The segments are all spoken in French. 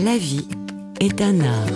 La vie est un art.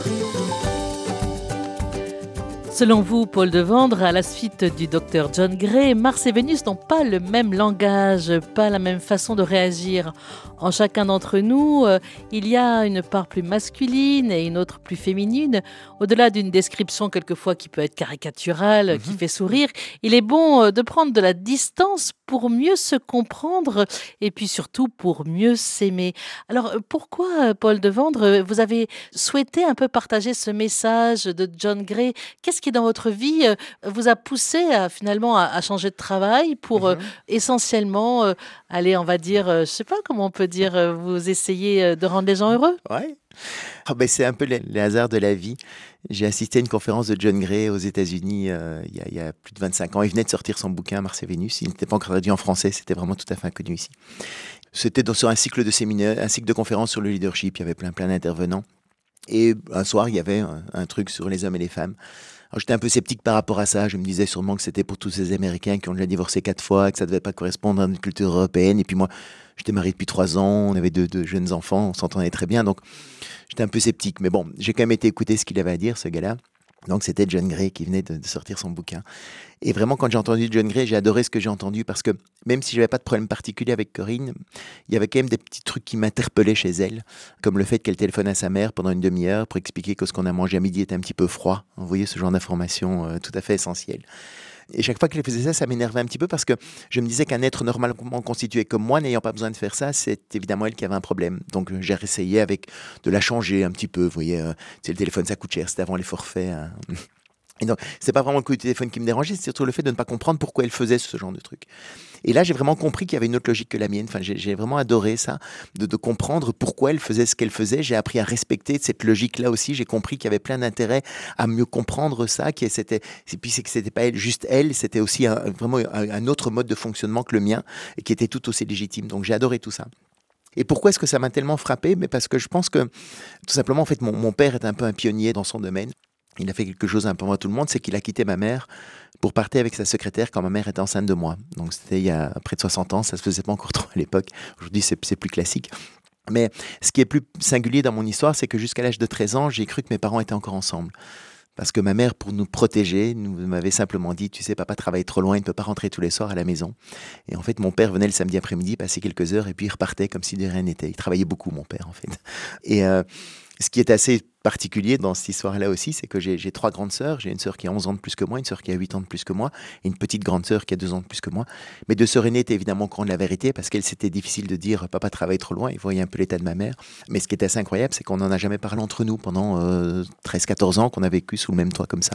Selon vous, Paul Devendre, à la suite du docteur John Gray, Mars et Vénus n'ont pas le même langage, pas la même façon de réagir. En chacun d'entre nous, il y a une part plus masculine et une autre plus féminine. Au-delà d'une description quelquefois qui peut être caricaturale, qui fait sourire, il est bon de prendre de la distance pour mieux se comprendre et puis surtout pour mieux s'aimer. Alors pourquoi, Paul Devendre, vous avez souhaité un peu partager ce message de John Gray ? Qu'est-ce qui, dans votre vie, vous a poussé finalement à changer de travail pour essentiellement aller, on va dire, je ne sais pas comment on peut dire, vous essayez de rendre les gens heureux ? Ouais. C'est un peu les hasards de la vie. J'ai assisté à une conférence de John Gray aux États-Unis il y a plus de 25 ans. Il venait de sortir son bouquin Mars et Vénus. Il n'était pas encore traduit en français, c'était vraiment tout à fait inconnu ici. C'était sur un cycle de séminaires, un cycle de conférences sur le leadership. Il y avait plein d'intervenants. Et un soir, il y avait un truc sur les hommes et les femmes. Alors, j'étais un peu sceptique par rapport à ça. Je me disais sûrement que c'était pour tous ces Américains qui ont déjà divorcé 4 fois, que ça ne devait pas correspondre à une culture européenne. Et puis moi, j'étais marié depuis 3 ans, on avait deux jeunes enfants, on s'entendait très bien. Donc, j'étais un peu sceptique. Mais bon, j'ai quand même été écouter ce qu'il avait à dire, ce gars-là. Donc, c'était John Gray qui venait de sortir son bouquin. Et vraiment, quand j'ai entendu John Gray, j'ai adoré ce que j'ai entendu parce que même si je n'avais pas de problème particulier avec Corinne, il y avait quand même des petits trucs qui m'interpellaient chez elle, comme le fait qu'elle téléphone à sa mère pendant une demi-heure pour expliquer que ce qu'on a mangé à midi était un petit peu froid. Vous voyez, ce genre d'information tout à fait essentielle. Et chaque fois qu'elle faisait ça, ça m'énervait un petit peu parce que je me disais qu'un être normalement constitué comme moi, n'ayant pas besoin de faire ça, c'est évidemment elle qui avait un problème. Donc j'ai essayé avec de la changer un petit peu. Vous voyez, le téléphone, ça coûte cher, c'était avant les forfaits. Hein. Et donc, c'est pas vraiment le coup du téléphone qui me dérangeait, c'est surtout le fait de ne pas comprendre pourquoi elle faisait ce genre de truc. Et là, j'ai vraiment compris qu'il y avait une autre logique que la mienne. Enfin, j'ai vraiment adoré ça, de comprendre pourquoi elle faisait ce qu'elle faisait. J'ai appris à respecter cette logique-là aussi. J'ai compris qu'il y avait plein d'intérêt à mieux comprendre ça. Et puis, c'est que c'était pas juste elle, c'était aussi vraiment un autre mode de fonctionnement que le mien, et qui était tout aussi légitime. Donc, j'ai adoré tout ça. Et pourquoi est-ce que ça m'a tellement frappé ? Mais parce que je pense que, tout simplement, en fait, mon père est un peu un pionnier dans son domaine. Il a fait quelque chose un peu avant tout le monde, c'est qu'il a quitté ma mère pour partir avec sa secrétaire quand ma mère était enceinte de moi. Donc c'était il y a près de 60 ans, ça se faisait pas encore trop à l'époque. Aujourd'hui, c'est plus classique. Mais ce qui est plus singulier dans mon histoire, c'est que jusqu'à l'âge de 13 ans, j'ai cru que mes parents étaient encore ensemble. Parce que ma mère, pour nous protéger, m'avait simplement dit « Tu sais, papa travaille trop loin, il ne peut pas rentrer tous les soirs à la maison. » Et en fait, mon père venait le samedi après-midi, passait quelques heures, et puis il repartait comme si de rien n'était. Il travaillait beaucoup, mon père, en fait. Et ce qui est assez particulier dans cette histoire-là aussi, c'est que j'ai 3 grandes sœurs. J'ai une sœur qui a 11 ans de plus que moi, une sœur qui a 8 ans de plus que moi, et une petite grande sœur qui a 2 ans de plus que moi. Mes 2 sœurs aînées étaient évidemment au courant de la vérité, parce qu'elles, c'était difficile de dire « Papa travaille trop loin », ils voyaient un peu l'état de ma mère. Mais ce qui est assez incroyable, c'est qu'on n'en a jamais parlé entre nous pendant 13-14 ans qu'on a vécu sous le même toit comme ça.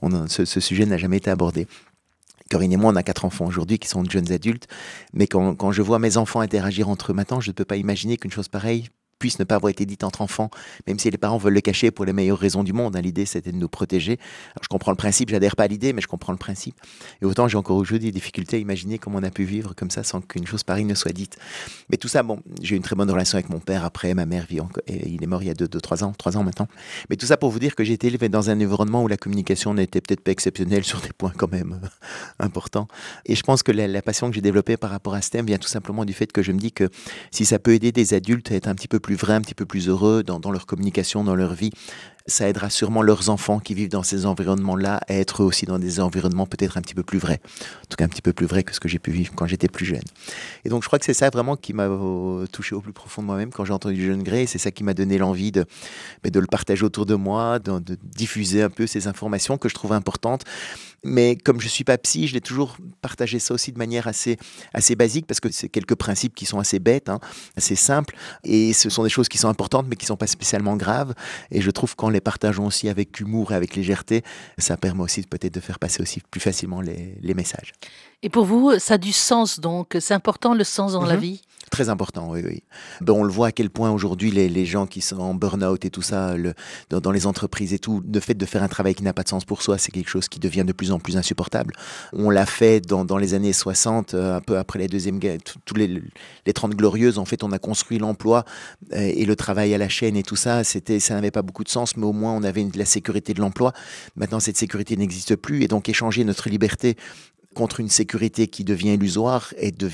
Ce sujet n'a jamais été abordé. Corinne et moi, on a 4 enfants aujourd'hui qui sont de jeunes adultes, mais quand je vois mes enfants interagir entre eux maintenant, je ne peux pas imaginer qu'une chose pareille puisse ne pas avoir été dite entre enfants, même si les parents veulent le cacher pour les meilleures raisons du monde. Hein. L'idée, c'était de nous protéger. Alors, je comprends le principe, j'adhère pas à l'idée, mais je comprends le principe. Et autant, j'ai encore aujourd'hui des difficultés à imaginer comment on a pu vivre comme ça sans qu'une chose pareille ne soit dite. Mais tout ça, bon, j'ai eu une très bonne relation avec mon père après, ma mère vit encore, et il est mort il y a 3 ans maintenant. Mais tout ça pour vous dire que j'ai été élevé dans un environnement où la communication n'était peut-être pas exceptionnelle sur des points quand même importants. Et je pense que la passion que j'ai développée par rapport à ce thème vient tout simplement du fait que je me dis que si ça peut aider des adultes à être un petit peu plus vrais, un petit peu plus heureux dans leur communication, dans leur vie, ça aidera sûrement leurs enfants qui vivent dans ces environnements-là à être aussi dans des environnements peut-être un petit peu plus vrais. En tout cas, un petit peu plus vrais que ce que j'ai pu vivre quand j'étais plus jeune. Et donc, je crois que c'est ça vraiment qui m'a touché au plus profond de moi-même quand j'ai entendu John Gray. C'est ça qui m'a donné l'envie de le partager autour de moi, de diffuser un peu ces informations que je trouve importantes. Mais comme je ne suis pas psy, je l'ai toujours partagé ça aussi de manière assez basique parce que c'est quelques principes qui sont assez bêtes, hein, assez simples. Et ce sont des choses qui sont importantes mais qui ne sont pas spécialement graves. Et je trouve qu'en les partageant aussi avec humour et avec légèreté, ça permet aussi peut-être de faire passer aussi plus facilement les messages. Et pour vous, ça a du sens donc. C'est important le sens dans la vie ? Très important, oui. Ben, on le voit à quel point aujourd'hui les gens qui sont en burn-out et tout ça, dans les entreprises et tout, le fait de faire un travail qui n'a pas de sens pour soi, c'est quelque chose qui devient de plus en plus insupportable. On l'a fait dans les années 60, un peu après la Deuxième Guerre, tous les 30 glorieuses, en fait, on a construit l'emploi et le travail à la chaîne et tout ça, ça n'avait pas beaucoup de sens, mais au moins on avait la sécurité de l'emploi. Maintenant, cette sécurité n'existe plus et donc échanger notre liberté contre une sécurité qui devient illusoire et devient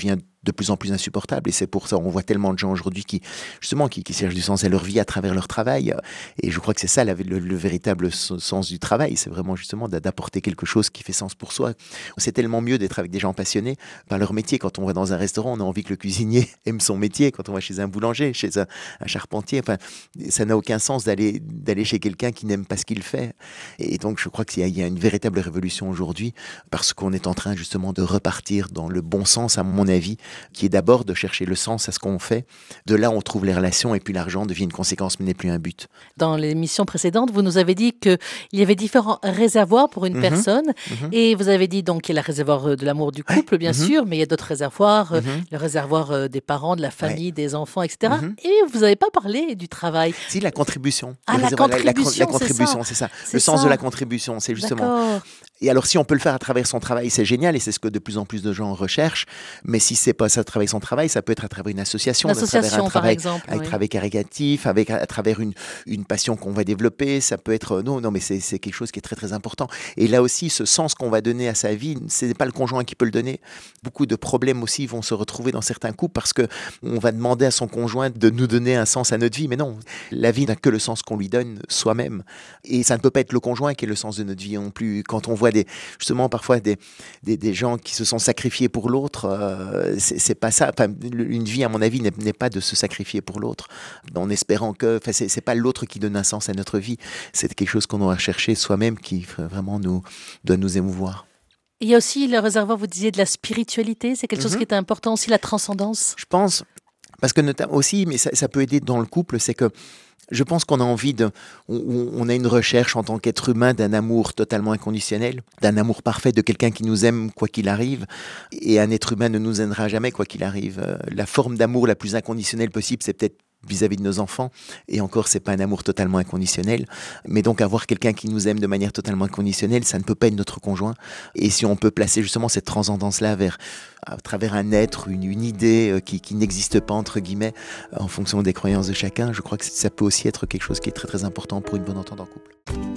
de plus en plus insupportable. Et c'est pour ça on voit tellement de gens aujourd'hui qui cherchent du sens à leur vie à travers leur travail. Et je crois que c'est ça le véritable sens du travail. C'est vraiment justement d'apporter quelque chose qui fait sens pour soi. C'est tellement mieux d'être avec des gens passionnés par leur métier. Quand on va dans un restaurant, on a envie que le cuisinier aime son métier. Quand on va chez un boulanger, chez un charpentier, enfin, ça n'a aucun sens d'aller chez quelqu'un qui n'aime pas ce qu'il fait. Et donc, je crois qu'il y a une véritable révolution aujourd'hui parce qu'on est en train justement de repartir dans le bon sens, à mon avis, qui est d'abord de chercher le sens à ce qu'on fait. De là, on trouve les relations et puis l'argent devient une conséquence mais n'est plus un but. Dans l'émission précédente, vous nous avez dit qu'il y avait différents réservoirs pour une personne et vous avez dit donc qu'il y a le réservoir de l'amour du couple, bien sûr, mais il y a d'autres réservoirs, le réservoir des parents, de la famille, des enfants, etc. Et vous n'avez pas parlé du travail. Si, la contribution. La contribution, c'est ça. Le sens de la contribution, c'est justement... D'accord. Et alors, si on peut le faire à travers son travail, c'est génial et c'est ce que de plus en plus de gens recherchent. Mais si c'est pas ça, à travers son travail, ça peut être à travers une association, à travers un travail, exemple, un travail caritatif, à travers une passion qu'on va développer. Ça peut être non, mais c'est quelque chose qui est très très important. Et là aussi, ce sens qu'on va donner à sa vie, ce n'est pas le conjoint qui peut le donner. Beaucoup de problèmes aussi vont se retrouver dans certains couples parce que on va demander à son conjoint de nous donner un sens à notre vie. Mais non, la vie n'a que le sens qu'on lui donne soi-même. Et ça ne peut pas être le conjoint qui est le sens de notre vie non plus. Quand on voit justement parfois des gens qui se sont sacrifiés pour l'autre, c'est pas ça. Enfin, une vie, à mon avis, n'est pas de se sacrifier pour l'autre, en espérant que... Enfin, c'est pas l'autre qui donne un sens à notre vie. C'est quelque chose qu'on doit chercher soi-même qui vraiment doit nous émouvoir. Il y a aussi le réservoir, vous disiez, de la spiritualité. C'est quelque chose qui est important aussi, la transcendance. Je pense, parce que notamment aussi, mais ça peut aider dans le couple, c'est que je pense qu'on a envie on a une recherche en tant qu'être humain d'un amour totalement inconditionnel, d'un amour parfait, de quelqu'un qui nous aime quoi qu'il arrive. Et un être humain ne nous aimera jamais quoi qu'il arrive. La forme d'amour la plus inconditionnelle possible, c'est peut-être vis-à-vis de nos enfants, et encore c'est pas un amour totalement inconditionnel, mais donc avoir quelqu'un qui nous aime de manière totalement inconditionnelle, ça ne peut pas être notre conjoint. Et si on peut placer justement cette transcendance-là à travers un être, une idée qui n'existe pas entre guillemets, en fonction des croyances de chacun, je crois que ça peut aussi être quelque chose qui est très très important pour une bonne entente en couple.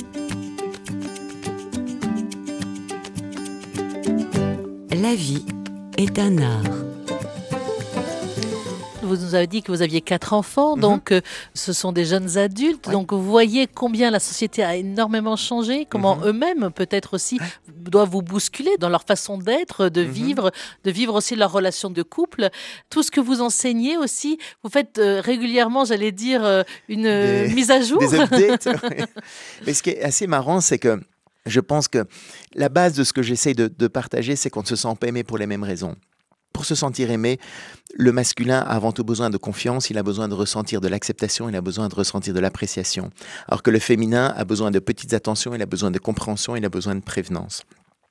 La vie est un art. Vous nous avez dit que vous aviez 4 enfants, donc ce sont des jeunes adultes. Ouais. Donc vous voyez combien la société a énormément changé, comment eux-mêmes peut-être aussi doivent vous bousculer dans leur façon d'être, de vivre aussi leur relation de couple. Tout ce que vous enseignez aussi, vous faites régulièrement, j'allais dire, une mise à jour. Des updates. Mais ce qui est assez marrant, c'est que je pense que la base de ce que j'essaie de partager, c'est qu'on ne se sent pas aimé pour les mêmes raisons. Pour se sentir aimé, le masculin a avant tout besoin de confiance, il a besoin de ressentir de l'acceptation, il a besoin de ressentir de l'appréciation. Alors que le féminin a besoin de petites attentions, il a besoin de compréhension, il a besoin de prévenance.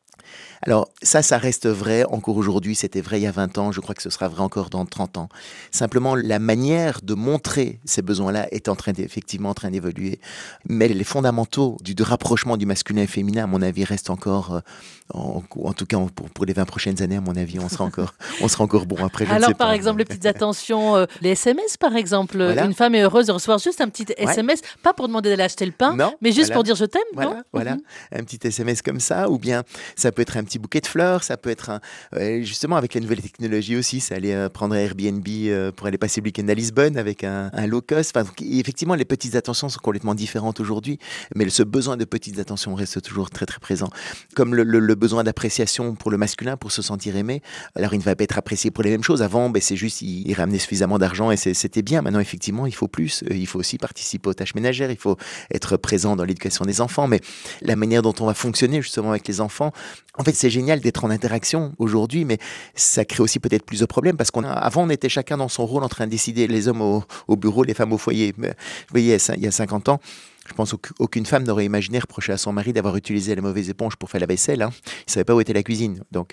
Alors ça reste vrai encore aujourd'hui, c'était vrai il y a 20 ans, je crois que ce sera vrai encore dans 30 ans. Simplement, la manière de montrer ces besoins-là est effectivement en train d'évoluer. Mais les fondamentaux du rapprochement du masculin et féminin, à mon avis, restent encore, en tout cas pour les 20 prochaines années, à mon avis, on sera encore bon après. Alors par exemple, les petites attentions, les SMS par exemple, voilà. Une femme est heureuse de recevoir juste un petit SMS, pas pour demander d'aller acheter le pain, mais juste pour dire je t'aime. Voilà. Un petit SMS comme ça, ou bien ça peut être un petit bouquet de fleurs, ça peut être justement avec les nouvelles technologies aussi, ça allait prendre un Airbnb pour aller passer le week-end à Lisbonne avec un low cost. Enfin, donc, effectivement, les petites attentions sont complètement différentes aujourd'hui, mais ce besoin de petites attentions reste toujours très très présent. Comme le besoin d'appréciation pour le masculin, pour se sentir aimé, alors il ne va pas être apprécié pour les mêmes choses. Avant, c'est juste, il ramenait suffisamment d'argent et c'était bien. Maintenant, effectivement, il faut plus. Il faut aussi participer aux tâches ménagères, il faut être présent dans l'éducation des enfants, mais la manière dont on va fonctionner justement avec les enfants, en fait, c'est génial d'être en interaction aujourd'hui, mais ça crée aussi peut-être plus de problèmes parce qu'avant, on était chacun dans son rôle en train de décider, les hommes au bureau, les femmes au foyer. Mais, vous voyez, il y a 50 ans, je pense qu'aucune femme n'aurait imaginé reprocher à son mari d'avoir utilisé la mauvaise éponge pour faire la vaisselle. Hein. Il ne savait pas où était la cuisine. Donc,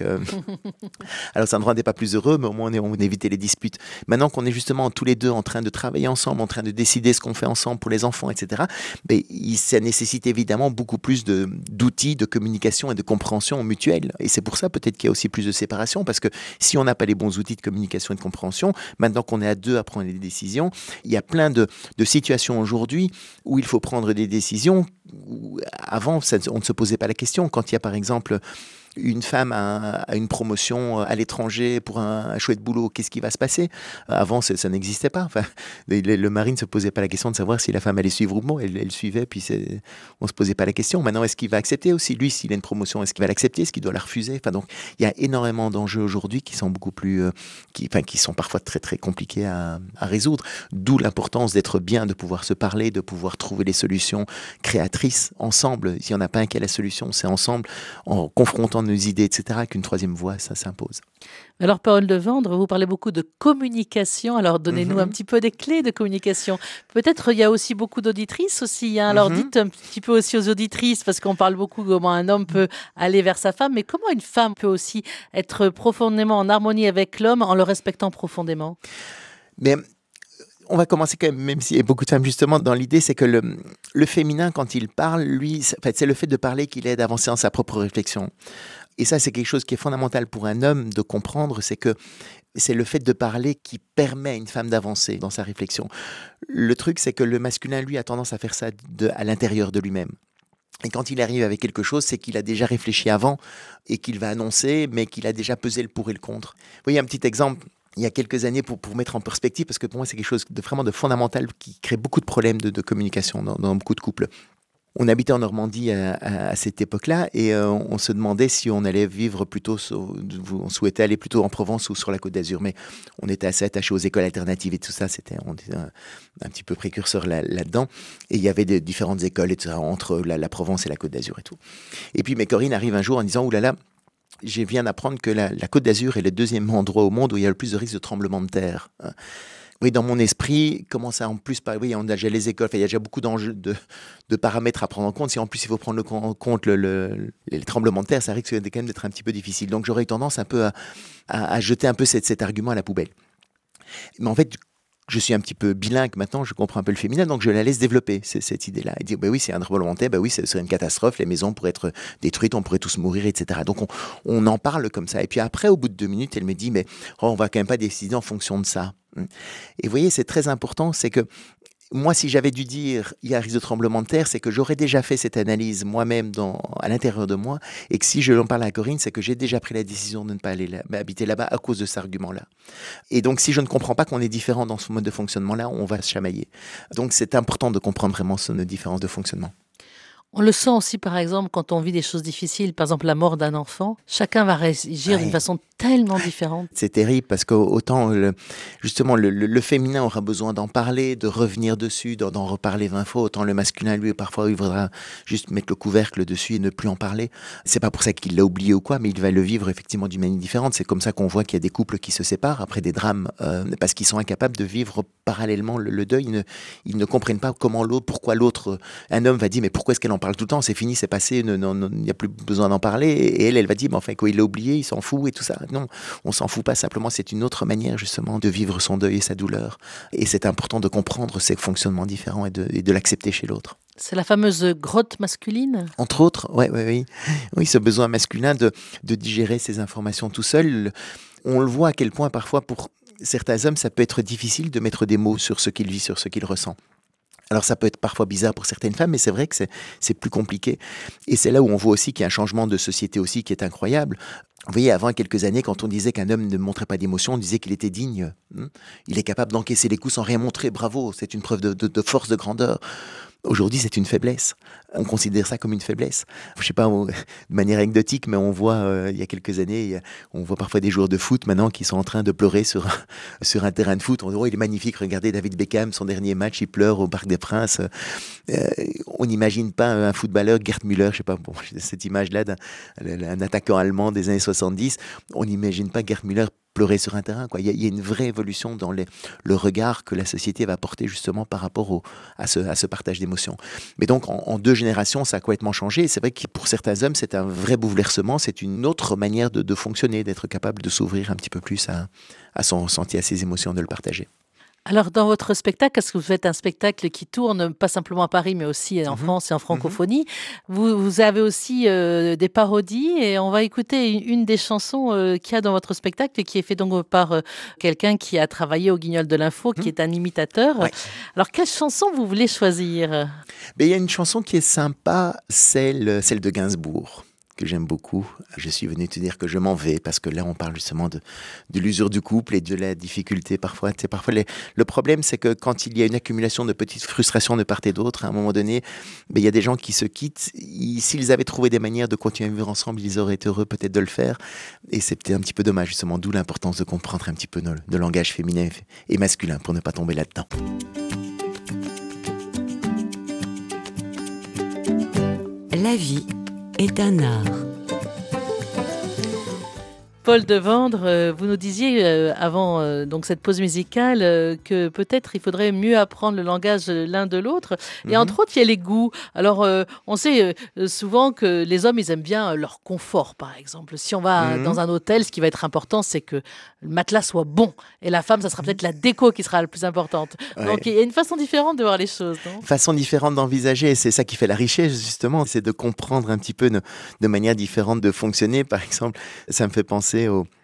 alors, ça ne rendait pas plus heureux, mais au moins, on évitait les disputes. Maintenant qu'on est justement tous les deux en train de travailler ensemble, en train de décider ce qu'on fait ensemble pour les enfants, etc., ça nécessite évidemment beaucoup plus d'outils de communication et de compréhension mutuelle. Et c'est pour ça peut-être qu'il y a aussi plus de séparation, parce que si on n'a pas les bons outils de communication et de compréhension, maintenant qu'on est à deux à prendre des décisions, il y a plein de situations aujourd'hui où il faut prendre des décisions où avant on ne se posait pas la question. Quand il y a par exemple une femme a une promotion à l'étranger pour un chouette boulot, qu'est-ce qui va se passer? Avant, ça n'existait pas. Enfin, le mari ne se posait pas la question de savoir si la femme allait suivre ou non. Elle suivait, puis on ne se posait pas la question. Maintenant, est-ce qu'il va accepter aussi? Lui, s'il a une promotion, est-ce qu'il va l'accepter? Est-ce qu'il doit la refuser? Enfin, donc, il y a énormément d'enjeux aujourd'hui qui sont beaucoup plus, qui sont parfois très, très compliqués à résoudre. D'où l'importance d'être bien, de pouvoir se parler, de pouvoir trouver des solutions créatrices ensemble. S'il n'y en a pas un qui a la solution, c'est ensemble, en confrontant nos idées, etc., qu'une troisième voie, ça s'impose. Alors, Paul Devendre, vous parlez beaucoup de communication. Alors, donnez-nous un petit peu des clés de communication. Peut-être il y a aussi beaucoup d'auditrices aussi. Alors, dites un petit peu aussi aux auditrices, parce qu'on parle beaucoup comment un homme peut aller vers sa femme, mais comment une femme peut aussi être profondément en harmonie avec l'homme en le respectant profondément? Mais on va commencer quand même s'il y a beaucoup de femmes justement dans l'idée, c'est que le féminin, quand il parle, lui, c'est le fait de parler qui l'aide à avancer dans sa propre réflexion. Et ça, c'est quelque chose qui est fondamental pour un homme de comprendre, c'est que c'est le fait de parler qui permet à une femme d'avancer dans sa réflexion. Le truc, c'est que le masculin, lui, a tendance à faire ça à l'intérieur de lui-même. Et quand il arrive avec quelque chose, c'est qu'il a déjà réfléchi avant et qu'il va annoncer, mais qu'il a déjà pesé le pour et le contre. Vous voyez, un petit exemple. Il y a quelques années, pour mettre en perspective, parce que pour moi, c'est quelque chose vraiment de fondamental qui crée beaucoup de problèmes de communication dans beaucoup de couples. On habitait en Normandie à cette époque-là et on se demandait si on allait vivre plutôt, on souhaitait aller plutôt en Provence ou sur la Côte d'Azur, mais on était assez attachés aux écoles alternatives et tout ça, on était un petit peu précurseur là-dedans. Et il y avait des différentes écoles et tout ça, entre la Provence et la Côte d'Azur et tout. Et puis, Corinne arrive un jour en disant « Oulala, je viens d'apprendre que la Côte d'Azur est le deuxième endroit au monde où il y a le plus de risques de tremblement de terre. » Oui, dans mon esprit, comment ça en plus, oui, on a déjà les écoles, il y a déjà beaucoup d'enjeux, de paramètres à prendre en compte. Si en plus il faut prendre en compte les tremblements de terre, ça risque quand même d'être un petit peu difficile. Donc j'aurais eu tendance un peu à jeter un peu cet argument à la poubelle. Mais en fait, je suis un petit peu bilingue maintenant, je comprends un peu le féminin, donc je la laisse développer cette idée-là. Et dire, oui, c'est un tremblement de terre, oui, ce serait une catastrophe, les maisons pourraient être détruites, on pourrait tous mourir, etc. Donc on en parle comme ça. Et puis après, au bout de 2 minutes, elle me dit, mais on va quand même pas décider en fonction de ça. Et vous voyez, c'est très important, c'est que moi, si j'avais dû dire il y a un risque de tremblement de terre, c'est que j'aurais déjà fait cette analyse moi-même à l'intérieur de moi, et que si je l'en parle à Corinne, c'est que j'ai déjà pris la décision de ne pas aller habiter là-bas à cause de cet argument-là. Et donc, si je ne comprends pas qu'on est différent dans ce mode de fonctionnement-là, on va se chamailler. Donc, c'est important de comprendre vraiment nos différences de fonctionnement. On le sent aussi, par exemple, quand on vit des choses difficiles, par exemple la mort d'un enfant, chacun va réagir d'une façon tellement différente. C'est terrible parce qu'autant, justement, le féminin aura besoin d'en parler, de revenir dessus, d'en reparler 20 fois, autant le masculin, lui, parfois, il voudra juste mettre le couvercle dessus et ne plus en parler. C'est pas pour ça qu'il l'a oublié ou quoi, mais il va le vivre effectivement d'une manière différente. C'est comme ça qu'on voit qu'il y a des couples qui se séparent après des drames, parce qu'ils sont incapables de vivre parallèlement le deuil. Ils ne comprennent pas pourquoi l'autre, un homme va dire, mais pourquoi est-ce qu'elle en parle tout le temps, c'est fini, c'est passé, il n'y a plus besoin d'en parler. Et elle va dire, mais enfin, quand il l'a oublié, il s'en fout et tout ça. Non, on s'en fout pas, simplement, c'est une autre manière justement de vivre son deuil et sa douleur. Et c'est important de comprendre ces fonctionnements différents et de l'accepter chez l'autre. C'est la fameuse grotte masculine? Entre autres, oui, ce besoin masculin de digérer ces informations tout seul. On le voit à quel point parfois pour certains hommes, ça peut être difficile de mettre des mots sur ce qu'il vit, sur ce qu'il ressent. Alors ça peut être parfois bizarre pour certaines femmes, mais c'est vrai que c'est plus compliqué. Et c'est là où on voit aussi qu'il y a un changement de société aussi qui est incroyable. Vous voyez, avant quelques années, quand on disait qu'un homme ne montrait pas d'émotion, on disait qu'il était digne. Il est capable d'encaisser les coups sans rien montrer, bravo, c'est une preuve de force, de grandeur. Aujourd'hui, c'est une faiblesse. On considère ça comme une faiblesse. Je ne sais pas, de manière anecdotique, mais on voit, il y a quelques années, on voit parfois des joueurs de foot maintenant qui sont en train de pleurer sur un terrain de foot. On dit, oh, il est magnifique, regardez David Beckham, son dernier match, il pleure au Parc des Princes. On n'imagine pas un footballeur, Gerd Müller, je ne sais pas, cette image-là d'un attaquant allemand des années 70, on n'imagine pas Gerd Müller pleurer sur un terrain, quoi. Il y a une vraie évolution dans le regard que la société va porter justement par rapport à ce partage d'émotions. Mais donc, en 2 générations, ça a complètement changé. Et c'est vrai que pour certains hommes, c'est un vrai bouleversement. C'est une autre manière de fonctionner, d'être capable de s'ouvrir un petit peu plus à son ressenti, à ses émotions, de le partager. Alors, dans votre spectacle, est-ce que vous faites un spectacle qui tourne pas simplement à Paris, mais aussi en France et en francophonie? Vous avez aussi des parodies et on va écouter une des chansons qu'il y a dans votre spectacle qui est fait donc par quelqu'un qui a travaillé au Guignol de l'Info, qui est un imitateur. Ouais. Alors, quelle chanson vous voulez choisir? Il y a une chanson qui est sympa, celle de Gainsbourg, que j'aime beaucoup. Je suis venu te dire que je m'en vais parce que là, on parle justement de l'usure du couple et de la difficulté parfois. Tu sais, parfois, le problème, c'est que quand il y a une accumulation de petites frustrations de part et d'autre, à un moment donné, il y a des gens qui se quittent. S'ils avaient trouvé des manières de continuer à vivre ensemble, ils auraient été heureux peut-être de le faire. Et c'est peut-être un petit peu dommage, justement, d'où l'importance de comprendre un petit peu le langage féminin et masculin pour ne pas tomber là-dedans. La vie est un art. Paul Devendre, vous nous disiez avant donc cette pause musicale que peut-être il faudrait mieux apprendre le langage l'un de l'autre. Et entre autres, il y a les goûts. Alors, on sait souvent que les hommes, ils aiment bien leur confort, par exemple. Si on va dans un hôtel, ce qui va être important, c'est que le matelas soit bon. Et la femme, ça sera peut-être la déco qui sera la plus importante. Ouais. Donc, il y a une façon différente de voir les choses, non ? Façon différente d'envisager. C'est ça qui fait la richesse, justement. C'est de comprendre un petit peu de manière différente de fonctionner. Par exemple, ça me fait penser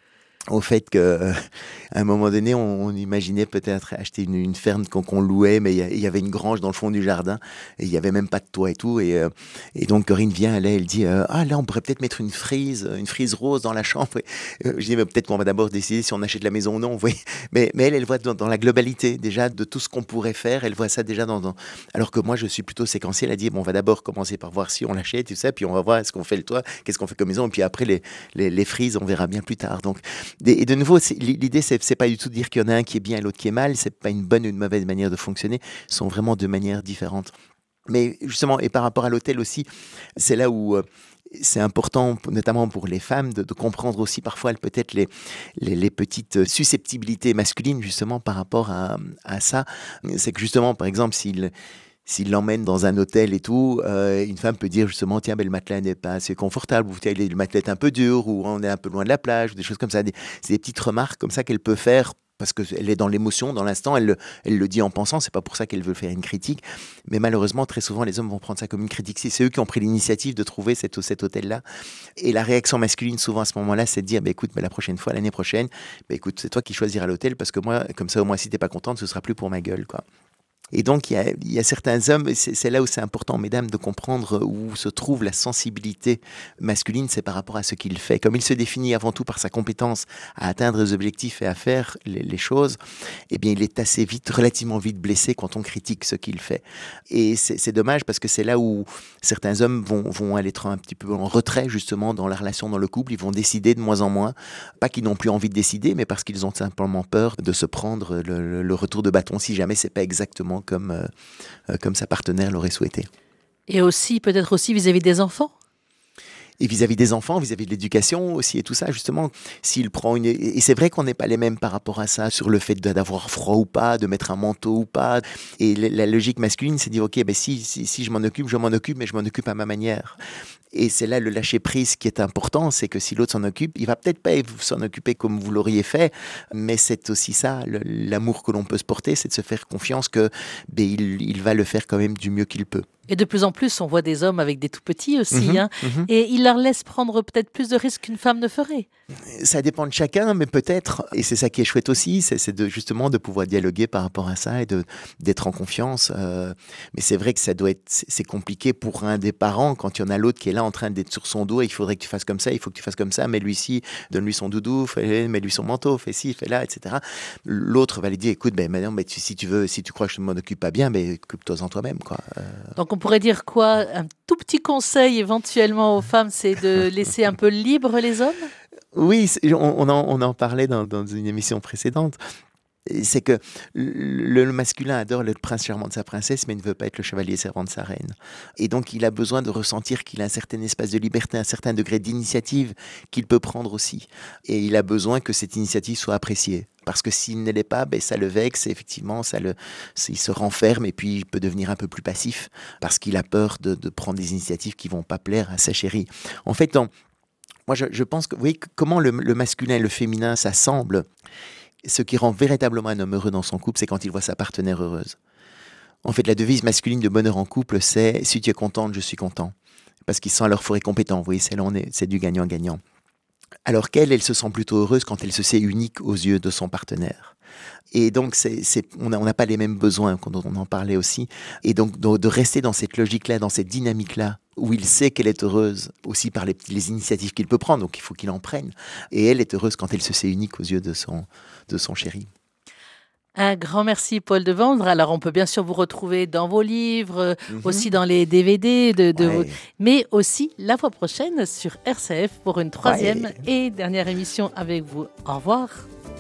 au fait qu'à un moment donné, on imaginait peut-être acheter une ferme qu'on louait, mais il y avait une grange dans le fond du jardin et il n'y avait même pas de toit et tout. Et donc Corinne vient, elle dit ah là, on pourrait peut-être mettre une frise rose dans la chambre. Je dis mais peut-être qu'on va d'abord décider si on achète la maison ou non. Mais elle voit dans la globalité déjà de tout ce qu'on pourrait faire. Elle voit ça déjà alors que moi, je suis plutôt séquentiel. Elle dit bon, on va d'abord commencer par voir si on l'achète, tout ça, puis on va voir est-ce qu'on fait le toit, qu'est-ce qu'on fait comme maison, et puis après les frises, on verra bien plus tard. Donc et de nouveau, l'idée, c'est pas du tout de dire qu'il y en a un qui est bien et l'autre qui est mal. C'est pas une bonne ou une mauvaise manière de fonctionner. Ce sont vraiment deux manières différentes. Mais justement, et par rapport à l'hôtel aussi, c'est là où c'est important, notamment pour les femmes, de comprendre aussi parfois peut-être les petites susceptibilités masculines justement par rapport à ça. C'est que justement, par exemple, s'il l'emmène dans un hôtel et tout, une femme peut dire justement tiens, le matelas n'est pas assez confortable, ou tiens, le matelas est un peu dur, ou on est un peu loin de la plage, ou des choses comme ça. C'est des petites remarques comme ça qu'elle peut faire parce qu'elle est dans l'émotion, dans l'instant, elle le dit en pensant, c'est pas pour ça qu'elle veut faire une critique. Mais malheureusement, très souvent, les hommes vont prendre ça comme une critique. C'est eux qui ont pris l'initiative de trouver cet hôtel-là. Et la réaction masculine, souvent à ce moment-là, c'est de dire écoute, la prochaine fois, l'année prochaine, écoute, c'est toi qui choisiras l'hôtel, parce que moi, comme ça, au moins, si t'es pas contente, ce sera plus pour ma gueule, quoi. Et donc, il y a certains hommes, c'est là où c'est important, mesdames, de comprendre où se trouve la sensibilité masculine, c'est par rapport à ce qu'il fait. Comme il se définit avant tout par sa compétence à atteindre les objectifs et à faire les choses, eh bien, il est assez vite, relativement vite blessé quand on critique ce qu'il fait. Et c'est dommage parce que c'est là où certains hommes vont aller être un petit peu en retrait, justement, dans la relation, dans le couple. Ils vont décider de moins en moins. Pas qu'ils n'ont plus envie de décider, mais parce qu'ils ont simplement peur de se prendre le retour de bâton si jamais c'est pas exactement comme sa partenaire l'aurait souhaité. Et aussi, peut-être aussi vis-à-vis des enfants ? Et vis-à-vis des enfants, vis-à-vis de l'éducation aussi et tout ça, justement, s'il prend et c'est vrai qu'on n'est pas les mêmes par rapport à ça, sur le fait d'avoir froid ou pas, de mettre un manteau ou pas. Et la logique masculine, c'est de dire, ok, si je m'en occupe, mais je m'en occupe à ma manière. Et c'est là le lâcher-prise qui est important, c'est que si l'autre s'en occupe, il va peut-être pas s'en occuper comme vous l'auriez fait, mais c'est aussi ça, l'amour que l'on peut se porter, c'est de se faire confiance que il va le faire quand même du mieux qu'il peut. Et de plus en plus, on voit des hommes avec des tout-petits aussi, et il leur laisse prendre peut-être plus de risques qu'une femme ne ferait. Ça dépend de chacun, mais peut-être, et c'est ça qui est chouette aussi, c'est justement de pouvoir dialoguer par rapport à ça et d'être en confiance. Mais c'est vrai que c'est compliqué pour un des parents quand il y en a l'autre qui est là en train d'être sur son dos et il faudrait que tu fasses comme ça, il faut que tu fasses comme ça, mets-lui ci, donne-lui son doudou, mets-lui son manteau, fais ci, fais là, etc. L'autre va lui dire, écoute, maintenant, si tu crois que je ne m'en occupe pas bien, occupe-toi-en toi-même, quoi. Donc on pourrait dire quoi ? Un tout petit conseil éventuellement aux femmes, c'est de laisser un peu libre les hommes ? Oui, on en parlait dans une émission précédente. C'est que le masculin adore le prince charmant de sa princesse, mais il ne veut pas être le chevalier servant de sa reine. Et donc, il a besoin de ressentir qu'il a un certain espace de liberté, un certain degré d'initiative qu'il peut prendre aussi. Et il a besoin que cette initiative soit appréciée. Parce que s'il ne l'est pas, ça le vexe, effectivement, il se renferme et puis il peut devenir un peu plus passif parce qu'il a peur de prendre des initiatives qui ne vont pas plaire à sa chérie. En fait, moi, je pense que, vous voyez, comment le masculin et le féminin s'assemblent. Ce qui rend véritablement un homme heureux dans son couple, c'est quand il voit sa partenaire heureuse. En fait, la devise masculine de bonheur en couple, c'est « si tu es contente, je suis content ». Parce qu'ils sont alors forts et compétents. Vous voyez, c'est du gagnant-gagnant. Alors qu'elle se sent plutôt heureuse quand elle se sait unique aux yeux de son partenaire. Et donc, on n'a pas les mêmes besoins, quand on en parlait aussi. Et donc, de rester dans cette logique-là, dans cette dynamique-là, où il sait qu'elle est heureuse aussi par les initiatives qu'il peut prendre, donc il faut qu'il en prenne. Et elle est heureuse quand elle se sait unique aux yeux de son chéri. Un grand merci Paul Devendre. Alors on peut bien sûr vous retrouver dans vos livres, aussi dans les DVD, mais aussi la fois prochaine sur RCF pour une troisième et dernière émission avec vous. Au revoir.